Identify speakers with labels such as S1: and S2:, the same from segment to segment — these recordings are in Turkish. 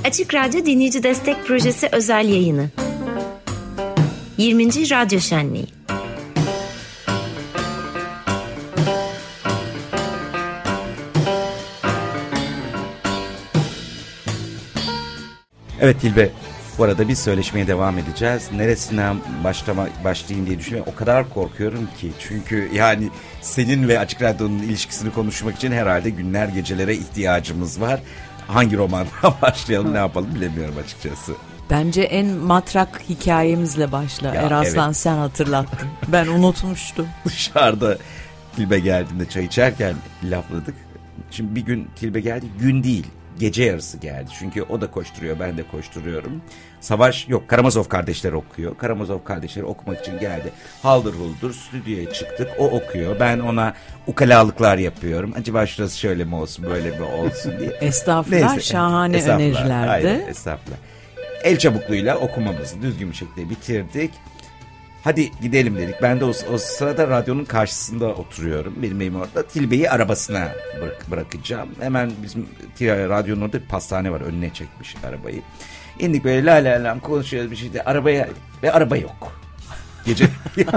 S1: Açık Radyo Dinleyici Destek Projesi özel yayını. 20. Radyo Şenliği.
S2: Evet Tilbe, bu arada biz söyleşmeye devam edeceğiz. Neresinden başlayayım diye düşünüyorum. O kadar korkuyorum ki. Çünkü yani senin ve Açık Radyo'nun ilişkisini konuşmak için herhalde günler gecelere ihtiyacımız var. Hangi romandan başlayalım, ne yapalım bilemiyorum açıkçası.
S3: Bence en matrak hikayemizle başla.
S2: Ya,
S3: Eraslan
S2: evet.
S3: sen hatırlattın. Ben unutmuştum.
S2: Dışarıda Tilbe geldiğinde çay içerken lafladık. Şimdi bir gün Tilbe geldi, gün değil, gece yarısı geldi. Çünkü o da koşturuyor, ben de koşturuyorum. Karamazov kardeşleri okuyor. Karamazov kardeşleri okumak için geldi. Haldır huldur stüdyoya çıktık. O okuyor. Ben ona ukalalıklar yapıyorum. Acaba şurası şöyle mi olsun, böyle mi olsun diye.
S3: Estağfurullah.
S2: Neyse,
S3: Şahane önerilerdi.
S2: Hayır, estağfurullah. El çabukluğuyla okumamızı düzgün bir şekilde bitirdik. Hadi gidelim dedik. Ben de o sırada radyonun karşısında oturuyorum. Benim evim orada. Tilbe'yi arabasına bırakacağım. Hemen bizim radyonun orada bir pastane var. Önüne çekmiş arabayı. İndik böyle la la la konuşuyoruz bir şeyde. Araba yok. Gece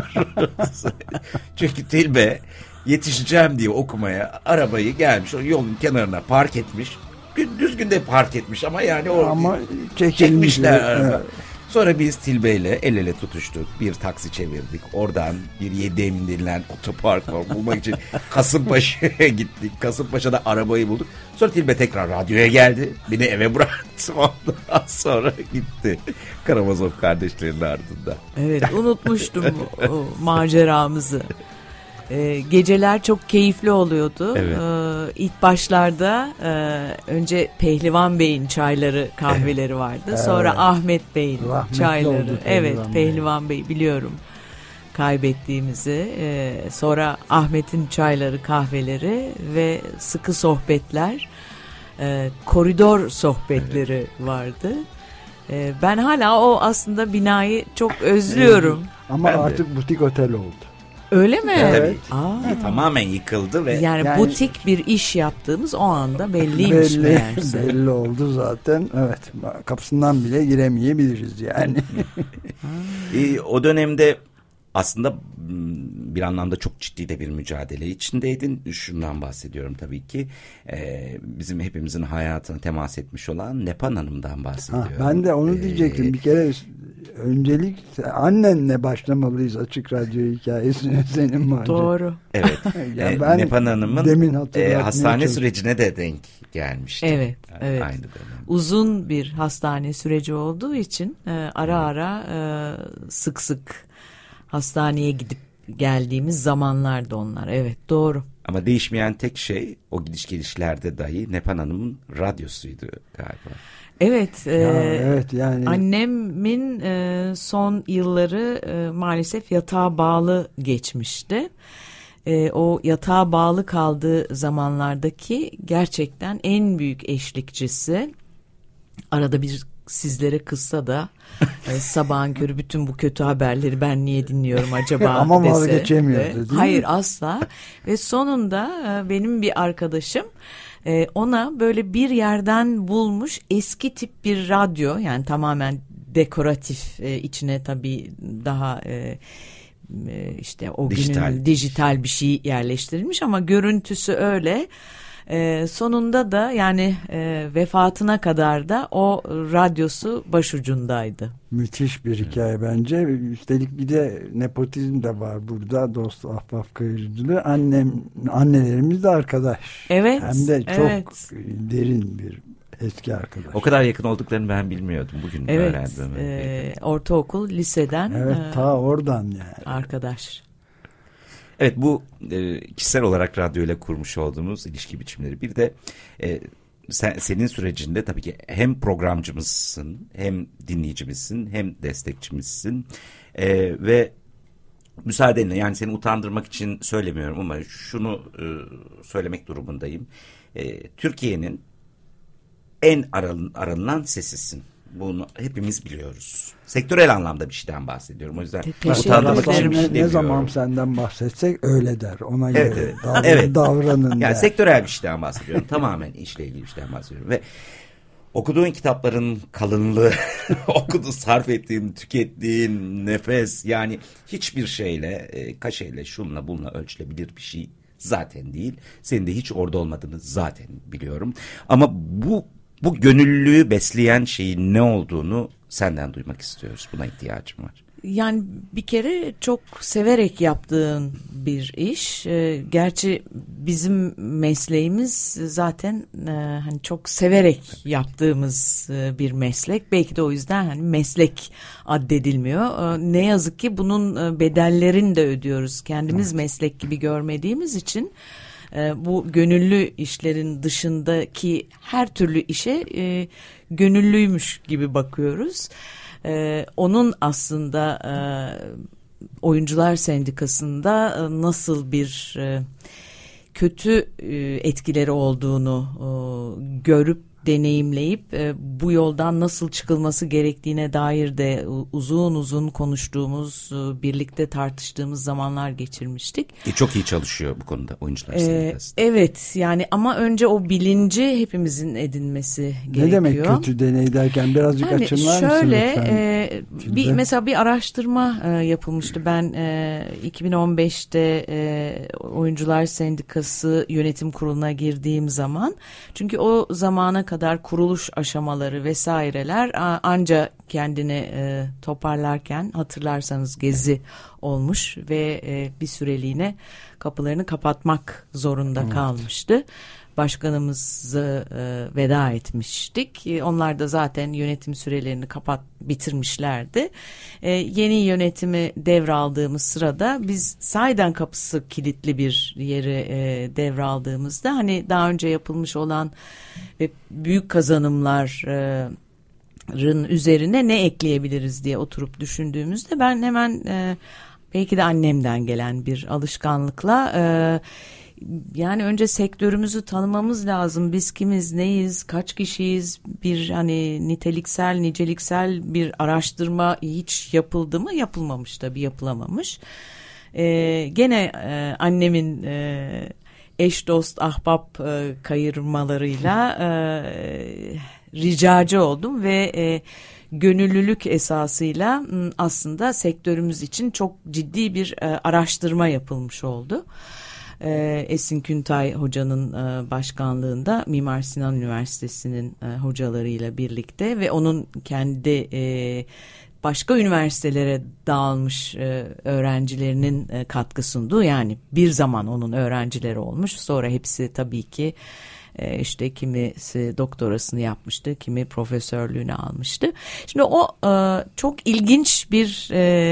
S2: çünkü Tilbe yetişeceğim diye okumaya arabayı gelmiş. O yolun kenarına park etmiş. Düzgün de park etmiş ama yani çekmişler araba. Evet. Sonra biz Tilbe'yle el ele tutuştuk. Bir taksi çevirdik. Oradan bir Yedem denilen otopark var bulmak için Kasımpaşa'ya gittik. Kasımpaşa'da arabayı bulduk. Sonra Tilbe tekrar radyoya geldi. Beni eve bıraktı. Ondan sonra gitti. Karamazov kardeşlerinin ardında.
S3: Evet, unutmuştum o maceramızı. Geceler çok keyifli oluyordu. Evet. İlk başlarda önce Pehlivan Bey'in çayları, kahveleri vardı. Evet. Sonra Ahmet Bey'in çayları. Evet, Pehlivan Bey biliyorum kaybettiğimizi. Sonra Ahmet'in çayları, kahveleri ve sıkı sohbetler, koridor sohbetleri vardı. Ben hala o aslında binayı çok özlüyorum.
S4: Ama artık butik otel oldu.
S3: Öyle mi?
S2: Evet. Tamamen yıkıldı ve
S3: yani butik bir iş yaptığımız o anda belliymiş meğerse.
S4: Belli oldu zaten. Evet. Kapısından bile giremeyebiliriz yani.
S2: O dönemde aslında bir anlamda çok ciddi de bir mücadele içindeydin. Şundan bahsediyorum tabii ki. Bizim hepimizin hayatına temas etmiş olan Nepan Hanım'dan bahsediyorum.
S4: Ben de onu diyecektim. Bir kere öncelik annenle başlamalıyız Açık Radyo hikayesine senin macera.
S3: Doğru.
S2: Evet. Yani Nepan Hanım'ın hastane sürecine de denk gelmişti.
S3: Evet. Evet. Aynı dönem. Uzun bir hastane süreci olduğu için ara sık sık hastaneye gidip geldiğimiz zamanlardı onlar. Evet, doğru.
S2: Ama değişmeyen tek şey o gidiş gelişlerde dahi Nepan Hanım'ın radyosuydu galiba.
S3: Evet,
S4: evet yani
S3: annemin son yılları maalesef yatağa bağlı geçmişti. O yatağa bağlı kaldığı zamanlardaki gerçekten en büyük eşlikçisi, arada bir sizlere kızsa da sabahın körü bütün bu kötü haberleri ben niye dinliyorum acaba
S4: ama
S3: dese.
S4: vazgeçemiyordu değil mi?
S3: Hayır, asla. Ve sonunda benim bir arkadaşım ona böyle bir yerden bulmuş eski tip bir radyo, yani tamamen dekoratif, içine tabii daha işte o günün dijital bir şey yerleştirilmiş ama görüntüsü öyle. Sonunda da yani vefatına kadar da o radyosu başucundaydı.
S4: Müthiş bir hikaye bence. Üstelik bir de nepotizm de var burada. Dost, ahbap, kayırıcılığı. Annelerimiz de arkadaş.
S3: Evet.
S4: Hem de çok derin bir eski arkadaş.
S2: O kadar yakın olduklarını ben bilmiyordum. Bugün öğrendim.
S3: Ortaokul, liseden.
S4: Evet, ta oradan yani.
S3: Arkadaş.
S2: Evet, bu kişisel olarak radyoyla kurmuş olduğumuz ilişki biçimleri. Bir de senin sürecinde tabii ki hem programcımızsın, hem dinleyicimizsin, hem destekçimizsin. Ve müsaadenle, yani seni utandırmak için söylemiyorum ama şunu söylemek durumundayım. Türkiye'nin en aranılan sesisin. Bunu hepimiz biliyoruz. Sektörel anlamda bir şeyden bahsediyorum. O yüzden utandırmak için bir şey demiyorum.
S4: Ne zaman senden bahsetsek öyle der. Ona göre davranın
S2: yani der. Sektörel bir şeyden bahsediyorum. Tamamen işle ilgili bir şeyden bahsediyorum. Ve Okuduğun kitapların kalınlığı, sarf ettiğin, tükettiğin nefes, yani hiçbir şeyle, kaşeyle, şunla bununla ölçülebilir bir şey zaten değil. Senin de hiç orada olmadığını zaten biliyorum. Ama bu gönüllülüğü besleyen şeyin ne olduğunu senden duymak istiyoruz. Buna ihtiyacım var.
S3: Yani bir kere çok severek yaptığın bir iş. Gerçi bizim mesleğimiz zaten hani çok severek yaptığımız bir meslek. Belki de o yüzden hani meslek addedilmiyor. Ne yazık ki bunun bedellerini de ödüyoruz. Kendimiz meslek gibi görmediğimiz için bu gönüllü işlerin dışındaki her türlü işe gönüllüymüş gibi bakıyoruz. Onun aslında Oyuncular Sendikası'nda nasıl bir kötü etkileri olduğunu görüp deneyimleyip bu yoldan nasıl çıkılması gerektiğine dair de uzun uzun konuştuğumuz, birlikte tartıştığımız zamanlar geçirmiştik.
S2: Çok iyi çalışıyor bu konuda Oyuncular Sendikası.
S3: Evet, yani ama önce o bilinci hepimizin edinmesi gerekiyor.
S4: Ne demek kötü deney derken birazcık
S3: yani
S4: açımlar mısın
S3: şöyle, mesela bir araştırma yapılmıştı. Ben 2015'te Oyuncular Sendikası Yönetim Kurulu'na girdiğim zaman, çünkü o zamana kadar kuruluş aşamaları vesaireler anca kendini toparlarken, hatırlarsanız gezi olmuş ve bir süreliğine kapılarını kapatmak zorunda kalmıştı. Başkanımızı veda etmiştik. Onlar da zaten yönetim sürelerini bitirmişlerdi. Yeni yönetimi devraldığımız sırada biz sahiden kapısı kilitli bir yeri devraldığımızda, hani daha önce yapılmış olan ve büyük kazanımların üzerine ne ekleyebiliriz diye oturup düşündüğümüzde ben hemen belki de annemden gelen bir alışkanlıkla yani önce sektörümüzü tanımamız lazım. Biz kimiz, neyiz, kaç kişiyiz? Bir hani niteliksel, niceliksel bir araştırma hiç yapıldı mı? Yapılmamış, tabii yapılamamış. Gene annemin eş dost ahbap kayırmalarıyla ricacı oldum ve gönüllülük esasıyla aslında sektörümüz için çok ciddi bir araştırma yapılmış oldu. Esin Küntay Hoca'nın başkanlığında Mimar Sinan Üniversitesi'nin hocalarıyla birlikte ve onun kendi başka üniversitelere dağılmış öğrencilerinin katkı sunduğu, yani bir zaman onun öğrencileri olmuş, sonra hepsi tabii ki işte kimisi doktorasını yapmıştı, kimi profesörlüğünü almıştı. Şimdi o çok ilginç bir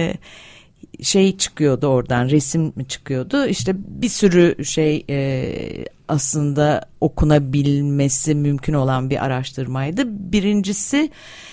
S3: şey çıkıyordu oradan, resim çıkıyordu. İşte bir sürü şey aslında okunabilmesi mümkün olan bir araştırmaydı. Birincisi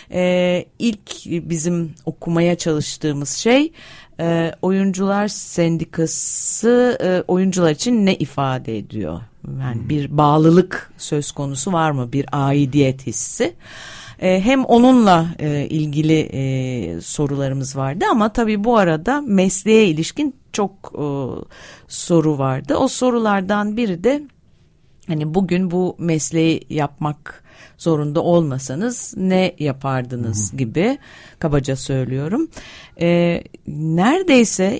S3: ilk bizim okumaya çalıştığımız şey Oyuncular Sendikası oyuncular için ne ifade ediyor? Yani bir bağlılık söz konusu var mı? Bir aidiyet hissi. Hem onunla ilgili sorularımız vardı ama tabii bu arada mesleğe ilişkin çok soru vardı. O sorulardan biri de hani bugün bu mesleği yapmak zorunda olmasanız ne yapardınız gibi, kabaca söylüyorum. Neredeyse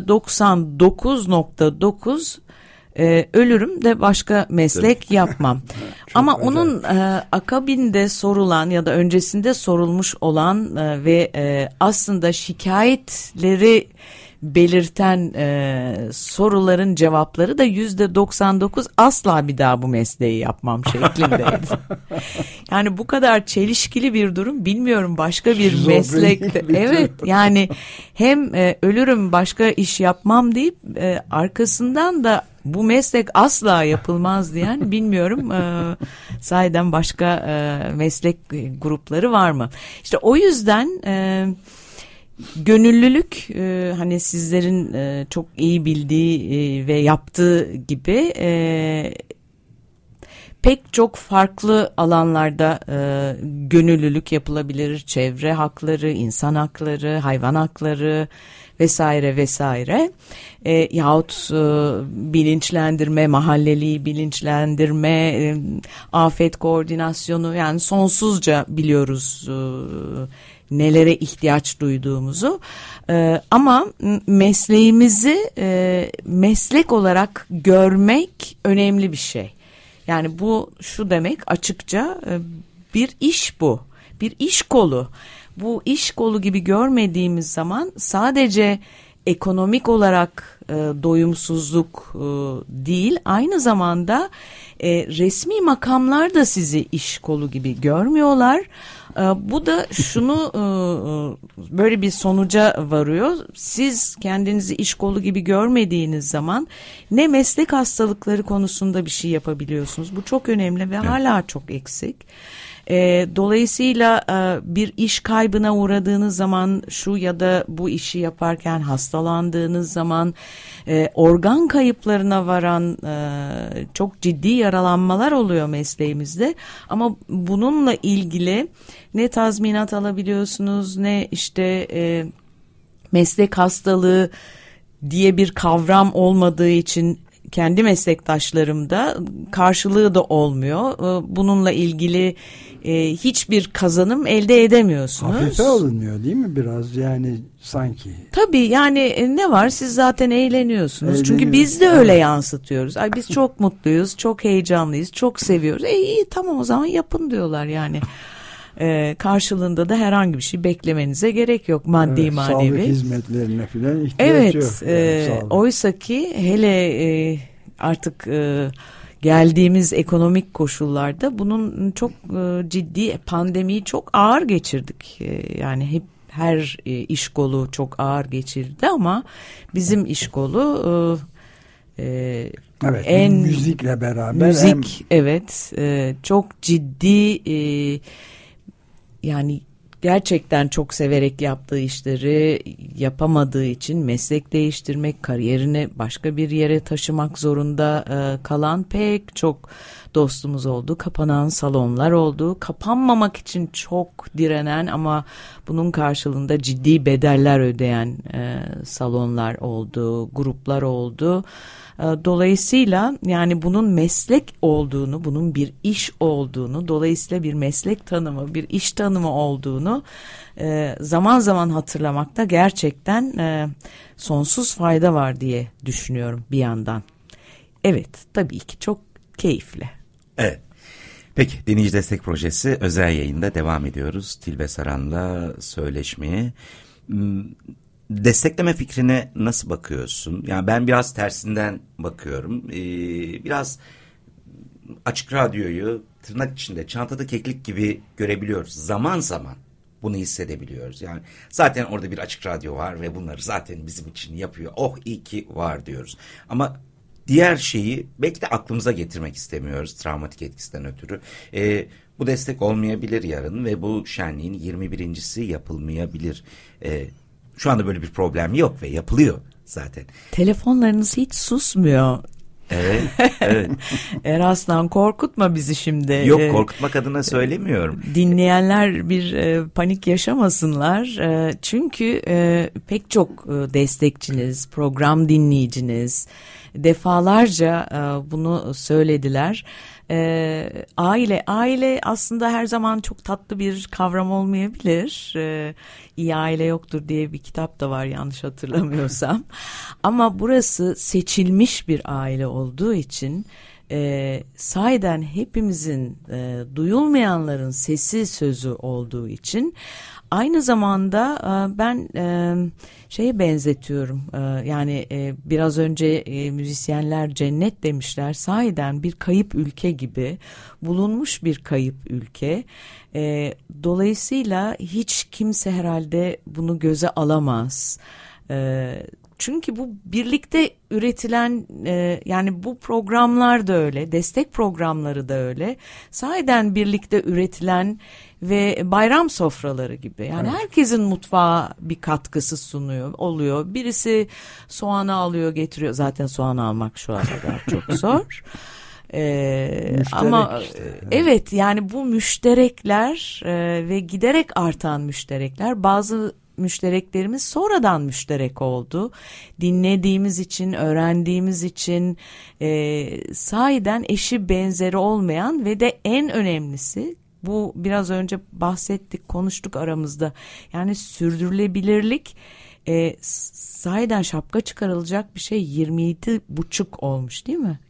S3: %99.9 ölürüm de başka meslek yapmam. Ama özel. Onun akabinde sorulan ya da öncesinde sorulmuş olan ve aslında şikayetleri belirten soruların cevapları da %99 asla bir daha bu mesleği yapmam şeklindeydi. Yani bu kadar çelişkili bir durum bilmiyorum başka bir meslekte. Evet, yani hem ölürüm başka iş yapmam deyip arkasından da bu meslek asla yapılmaz diyen bilmiyorum sahiden başka meslek grupları var mı? İşte o yüzden gönüllülük hani sizlerin çok iyi bildiği ve yaptığı gibi pek çok farklı alanlarda gönüllülük yapılabilir. Çevre hakları, insan hakları, hayvan hakları vesaire vesaire. Yahut bilinçlendirme, mahalleliği bilinçlendirme, afet koordinasyonu, yani sonsuzca biliyoruz nelere ihtiyaç duyduğumuzu. Ama mesleğimizi meslek olarak görmek önemli bir şey. Yani bu şu demek açıkça, bir iş bu. Bir iş kolu. Bu iş kolu gibi görmediğimiz zaman sadece ekonomik olarak doyumsuzluk değil, aynı zamanda resmi makamlar da sizi iş kolu gibi görmüyorlar. Bu da şunu böyle bir sonuca varıyor. Siz kendinizi iş kolu gibi görmediğiniz zaman ne meslek hastalıkları konusunda bir şey yapabiliyorsunuz. Bu çok önemli ve hala çok eksik. Dolayısıyla bir iş kaybına uğradığınız zaman, şu ya da bu işi yaparken hastalandığınız zaman, organ kayıplarına varan çok ciddi yaralanmalar oluyor mesleğimizde. Ama bununla ilgili ne tazminat alabiliyorsunuz, ne işte meslek hastalığı diye bir kavram olmadığı için kendi meslektaşlarımda karşılığı da olmuyor. Bununla ilgili hiçbir kazanım elde edemiyorsunuz.
S4: Hafife alınıyor değil mi biraz, yani sanki?
S3: Tabii, yani ne var, siz zaten eğleniyorsunuz. Çünkü biz de öyle yansıtıyoruz. Ay biz çok mutluyuz, çok heyecanlıyız, çok seviyoruz. İyi tamam, o zaman yapın diyorlar yani. Karşılığında da herhangi bir şey beklemenize gerek yok, maddi manevi.
S4: Sağlık hizmetlerine falan ihtiyaç yok.
S3: Oysa ki hele artık geldiğimiz ekonomik koşullarda bunun çok ciddi, pandemiyi çok ağır geçirdik. Yani hep her iş kolu çok ağır geçirdi ama bizim iş kolu
S4: evet, müzikle beraber
S3: evet, çok ciddi, yani gerçekten çok severek yaptığı işleri yapamadığı için meslek değiştirmek, kariyerini başka bir yere taşımak zorunda kalan pek çok dostumuz oldu. Kapanan salonlar oldu. Kapanmamak için çok direnen ama bunun karşılığında ciddi bedeller ödeyen salonlar oldu, gruplar oldu. Dolayısıyla yani bunun meslek olduğunu, bunun bir iş olduğunu, dolayısıyla bir meslek tanımı, bir iş tanımı olduğunu zaman zaman hatırlamakta gerçekten sonsuz fayda var diye düşünüyorum bir yandan. Evet, tabii ki çok keyifli.
S2: Evet. Peki, Dinleyici Destek Projesi özel yayında devam ediyoruz. Tilbe Saran'la söyleşmeye. Destekleme fikrine nasıl bakıyorsun? Yani ben biraz tersinden bakıyorum. Biraz açık radyoyu tırnak içinde çantada keklik gibi görebiliyoruz. Zaman zaman bunu hissedebiliyoruz. Yani zaten orada bir açık radyo var ve bunları zaten bizim için yapıyor. Oh iyi ki var diyoruz. Ama diğer şeyi belki de aklımıza getirmek istemiyoruz travmatik etkisinden ötürü. Bu destek olmayabilir yarın ve bu şenliğin 21.si yapılmayabilir. Şu anda böyle bir problem yok ve yapılıyor zaten.
S3: Telefonlarınız hiç susmuyor.
S2: Evet, evet.
S3: Eraslan, korkutma bizi şimdi.
S2: Yok, korkutmak adına söylemiyorum.
S3: Dinleyenler bir panik yaşamasınlar. Çünkü pek çok destekçiniz, program dinleyiciniz defalarca bunu söylediler. Aile aslında her zaman çok tatlı bir kavram olmayabilir. İyi aile yoktur diye bir kitap da var yanlış hatırlamıyorsam. Ama burası seçilmiş bir aile olduğu için sahiden hepimizin duyulmayanların sesi sözü olduğu için aynı zamanda ben şeye benzetiyorum, yani biraz önce müzisyenler cennet demişler, sahiden bir kayıp ülke gibi bulunmuş bir kayıp ülke. Dolayısıyla hiç kimse herhalde bunu göze alamaz. Çünkü bu birlikte üretilen, yani bu programlar da öyle, destek programları da öyle. Sahiden birlikte üretilen ve bayram sofraları gibi. Yani evet, herkesin mutfağa bir katkısı oluyor. Birisi soğanı alıyor, getiriyor. Zaten soğan almak şu ana kadar çok zor. Ama
S4: işte.
S3: evet, yani bu müşterekler ve giderek artan müşterekler, bazı müştereklerimiz sonradan müşterek oldu. Dinlediğimiz için, öğrendiğimiz için, sahiden eşi benzeri olmayan ve de en önemlisi, bu biraz önce bahsettik, konuştuk aramızda. Yani sürdürülebilirlik sahiden şapka çıkarılacak bir şey. 27,5 olmuş değil mi?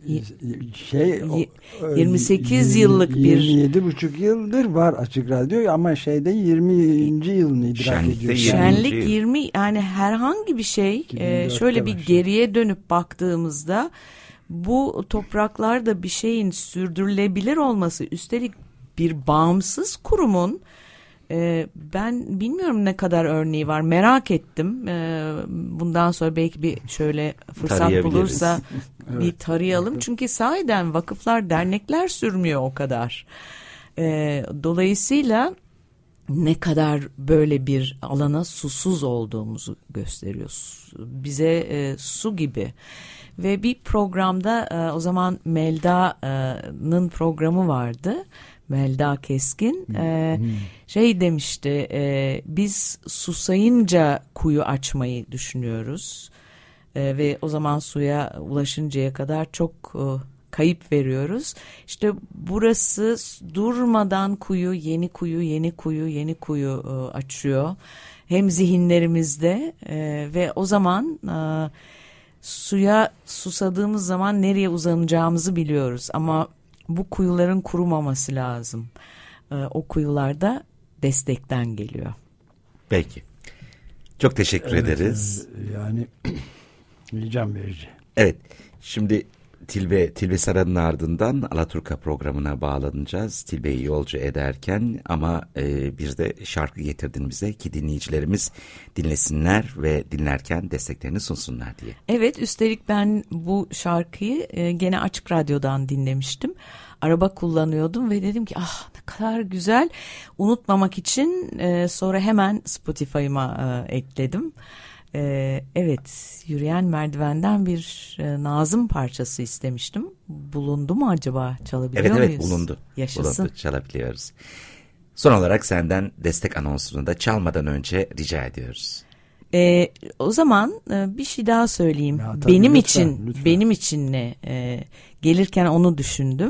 S3: 28 yıllık bir...
S4: 27,5 yıldır var Açık Radyo ama 20. yılını idrak ediyor.
S3: Şenlik 20, yani herhangi bir şey şöyle bir geriye dönüp baktığımızda bu topraklarda bir şeyin sürdürülebilir olması, üstelik bir bağımsız kurumun, ben bilmiyorum ne kadar örneği var, merak ettim. Bundan sonra belki bir şöyle fırsat bulursa bir tarayalım. Çünkü sahiden vakıflar, dernekler sürmüyor o kadar. Dolayısıyla ne kadar böyle bir alana susuz olduğumuzu gösteriyor. Bize su gibi. Ve bir programda o zaman Melda'nın programı vardı. Melda Keskin şey demişti, biz susayınca kuyu açmayı düşünüyoruz ve o zaman suya ulaşıncaya kadar çok kayıp veriyoruz. İşte burası durmadan kuyu, yeni kuyu, yeni kuyu, yeni kuyu açıyor. Hem zihinlerimizde ve o zaman suya susadığımız zaman nereye uzanacağımızı biliyoruz ama bu kuyuların kurumaması lazım. O kuyularda destekten geliyor.
S2: Peki. Çok teşekkür ederiz.
S4: Yani heyecan verici.
S2: Evet. Şimdi Tilbe Saran'ın ardından Alaturka programına bağlanacağız. Tilbe'yi yolcu ederken ama bir de şarkı getirdin bize ki dinleyicilerimiz dinlesinler ve dinlerken desteklerini sunsunlar diye.
S3: Evet, üstelik ben bu şarkıyı gene Açık Radyo'dan dinlemiştim. Araba kullanıyordum ve dedim ki ne kadar güzel. Unutmamak için sonra hemen Spotify'ıma ekledim. Evet, Yürüyen Merdivenden bir Nazım parçası istemiştim. Bulundu mu acaba? Çalabiliyor muyuz?
S2: Evet, bulundu.
S3: Yaşasın.
S2: Bulundu, çalabiliyoruz. Son olarak senden destek anonsunu da çalmadan önce rica ediyoruz.
S3: O zaman bir şey daha söyleyeyim.
S4: Ya, tabii, lütfen.
S3: Benim için ne? Gelirken onu düşündüm.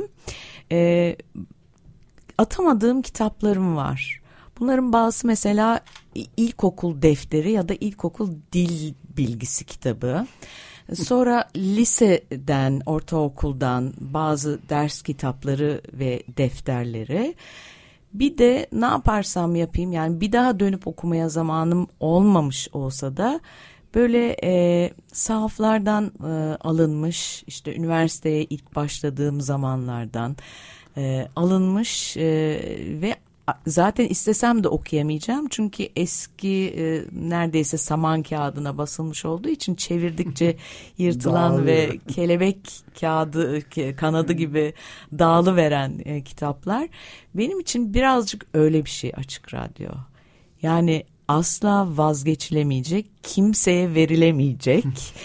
S3: Atamadığım kitaplarım var. Bunların bazısı mesela ilkokul defteri ya da ilkokul dil bilgisi kitabı. Sonra liseden, ortaokuldan bazı ders kitapları ve defterleri. Bir de ne yaparsam yapayım, yani bir daha dönüp okumaya zamanım olmamış olsa da böyle sahaflardan alınmış, işte üniversiteye ilk başladığım zamanlardan alınmış ve zaten istesem de okuyamayacağım. Çünkü eski neredeyse saman kağıdına basılmış olduğu için çevirdikçe yırtılan ve kelebek kağıdı kanadı gibi dağılıveren kitaplar. Benim için birazcık öyle bir şey Açık Radyo. Yani asla vazgeçilemeyecek, kimseye verilemeyecek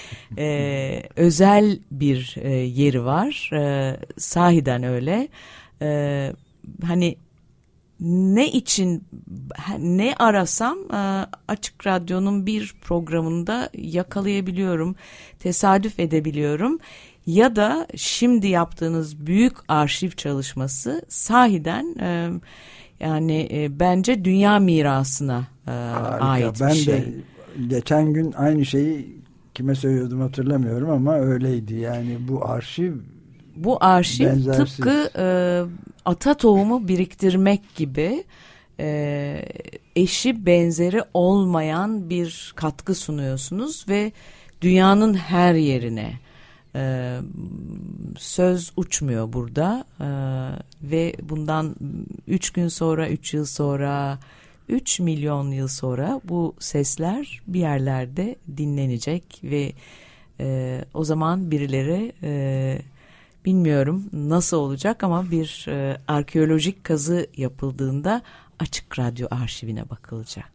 S3: özel bir yeri var. Sahiden öyle. Hani ne için ne arasam Açık Radyo'nun bir programında yakalayabiliyorum, tesadüf edebiliyorum. Ya da şimdi yaptığınız büyük arşiv çalışması sahiden yani bence dünya mirasına ait bir şey.
S4: Ben de geçen gün aynı şeyi kime söylüyordum hatırlamıyorum ama öyleydi. Yani bu arşiv benzersiz.
S3: Tıpkı ata tohumu biriktirmek gibi eşi benzeri olmayan bir katkı sunuyorsunuz ve dünyanın her yerine söz uçmuyor burada ve bundan 3 gün sonra, 3 yıl sonra, 3 milyon yıl sonra bu sesler bir yerlerde dinlenecek ve o zaman birileri bilmiyorum nasıl olacak ama bir arkeolojik kazı yapıldığında Açık Radyo arşivine bakılacak.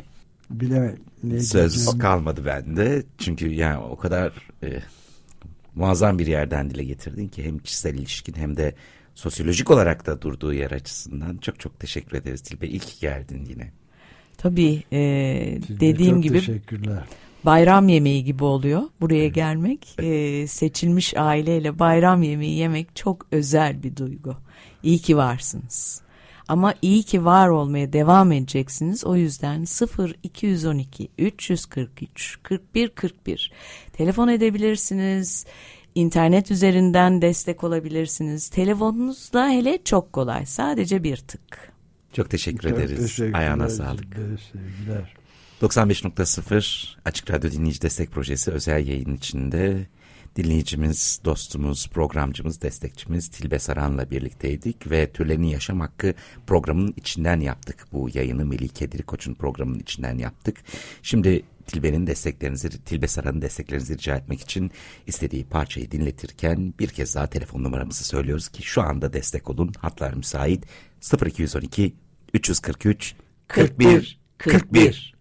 S4: Bilemedim.
S2: Söz kalmadı bende çünkü yani o kadar muazzam bir yerden dile getirdin ki hem kişisel ilişkin hem de sosyolojik olarak da durduğu yer açısından çok çok teşekkür ederiz Tilbe. İyi ki geldin yine.
S3: Tabii dediğim gibi bayram yemeği gibi oluyor buraya gelmek. Seçilmiş aileyle bayram yemeği yemek çok özel bir duygu. İyi ki varsınız. Ama iyi ki var olmaya devam edeceksiniz. O yüzden 0212 343 41 41 telefon edebilirsiniz. İnternet üzerinden destek olabilirsiniz. Telefonunuzda hele çok kolay. Sadece bir tık.
S2: Çok teşekkür ederiz. Ayağına sağlık. 95.0 Açık Radyo Dinleyici Destek Projesi özel yayın içinde dinleyicimiz, dostumuz, programcımız, destekçimiz Tilbe Saran'la birlikteydik ve Türlerin Yaşam Hakkı programının içinden yaptık. Bu yayını Melih Kediri Koç'un programının içinden yaptık. Şimdi Tilbe Saran'ın desteklerinizi rica etmek için istediği parçayı dinletirken bir kez daha telefon numaramızı söylüyoruz ki şu anda destek olun. Hatlar müsait 0212 343 41 41.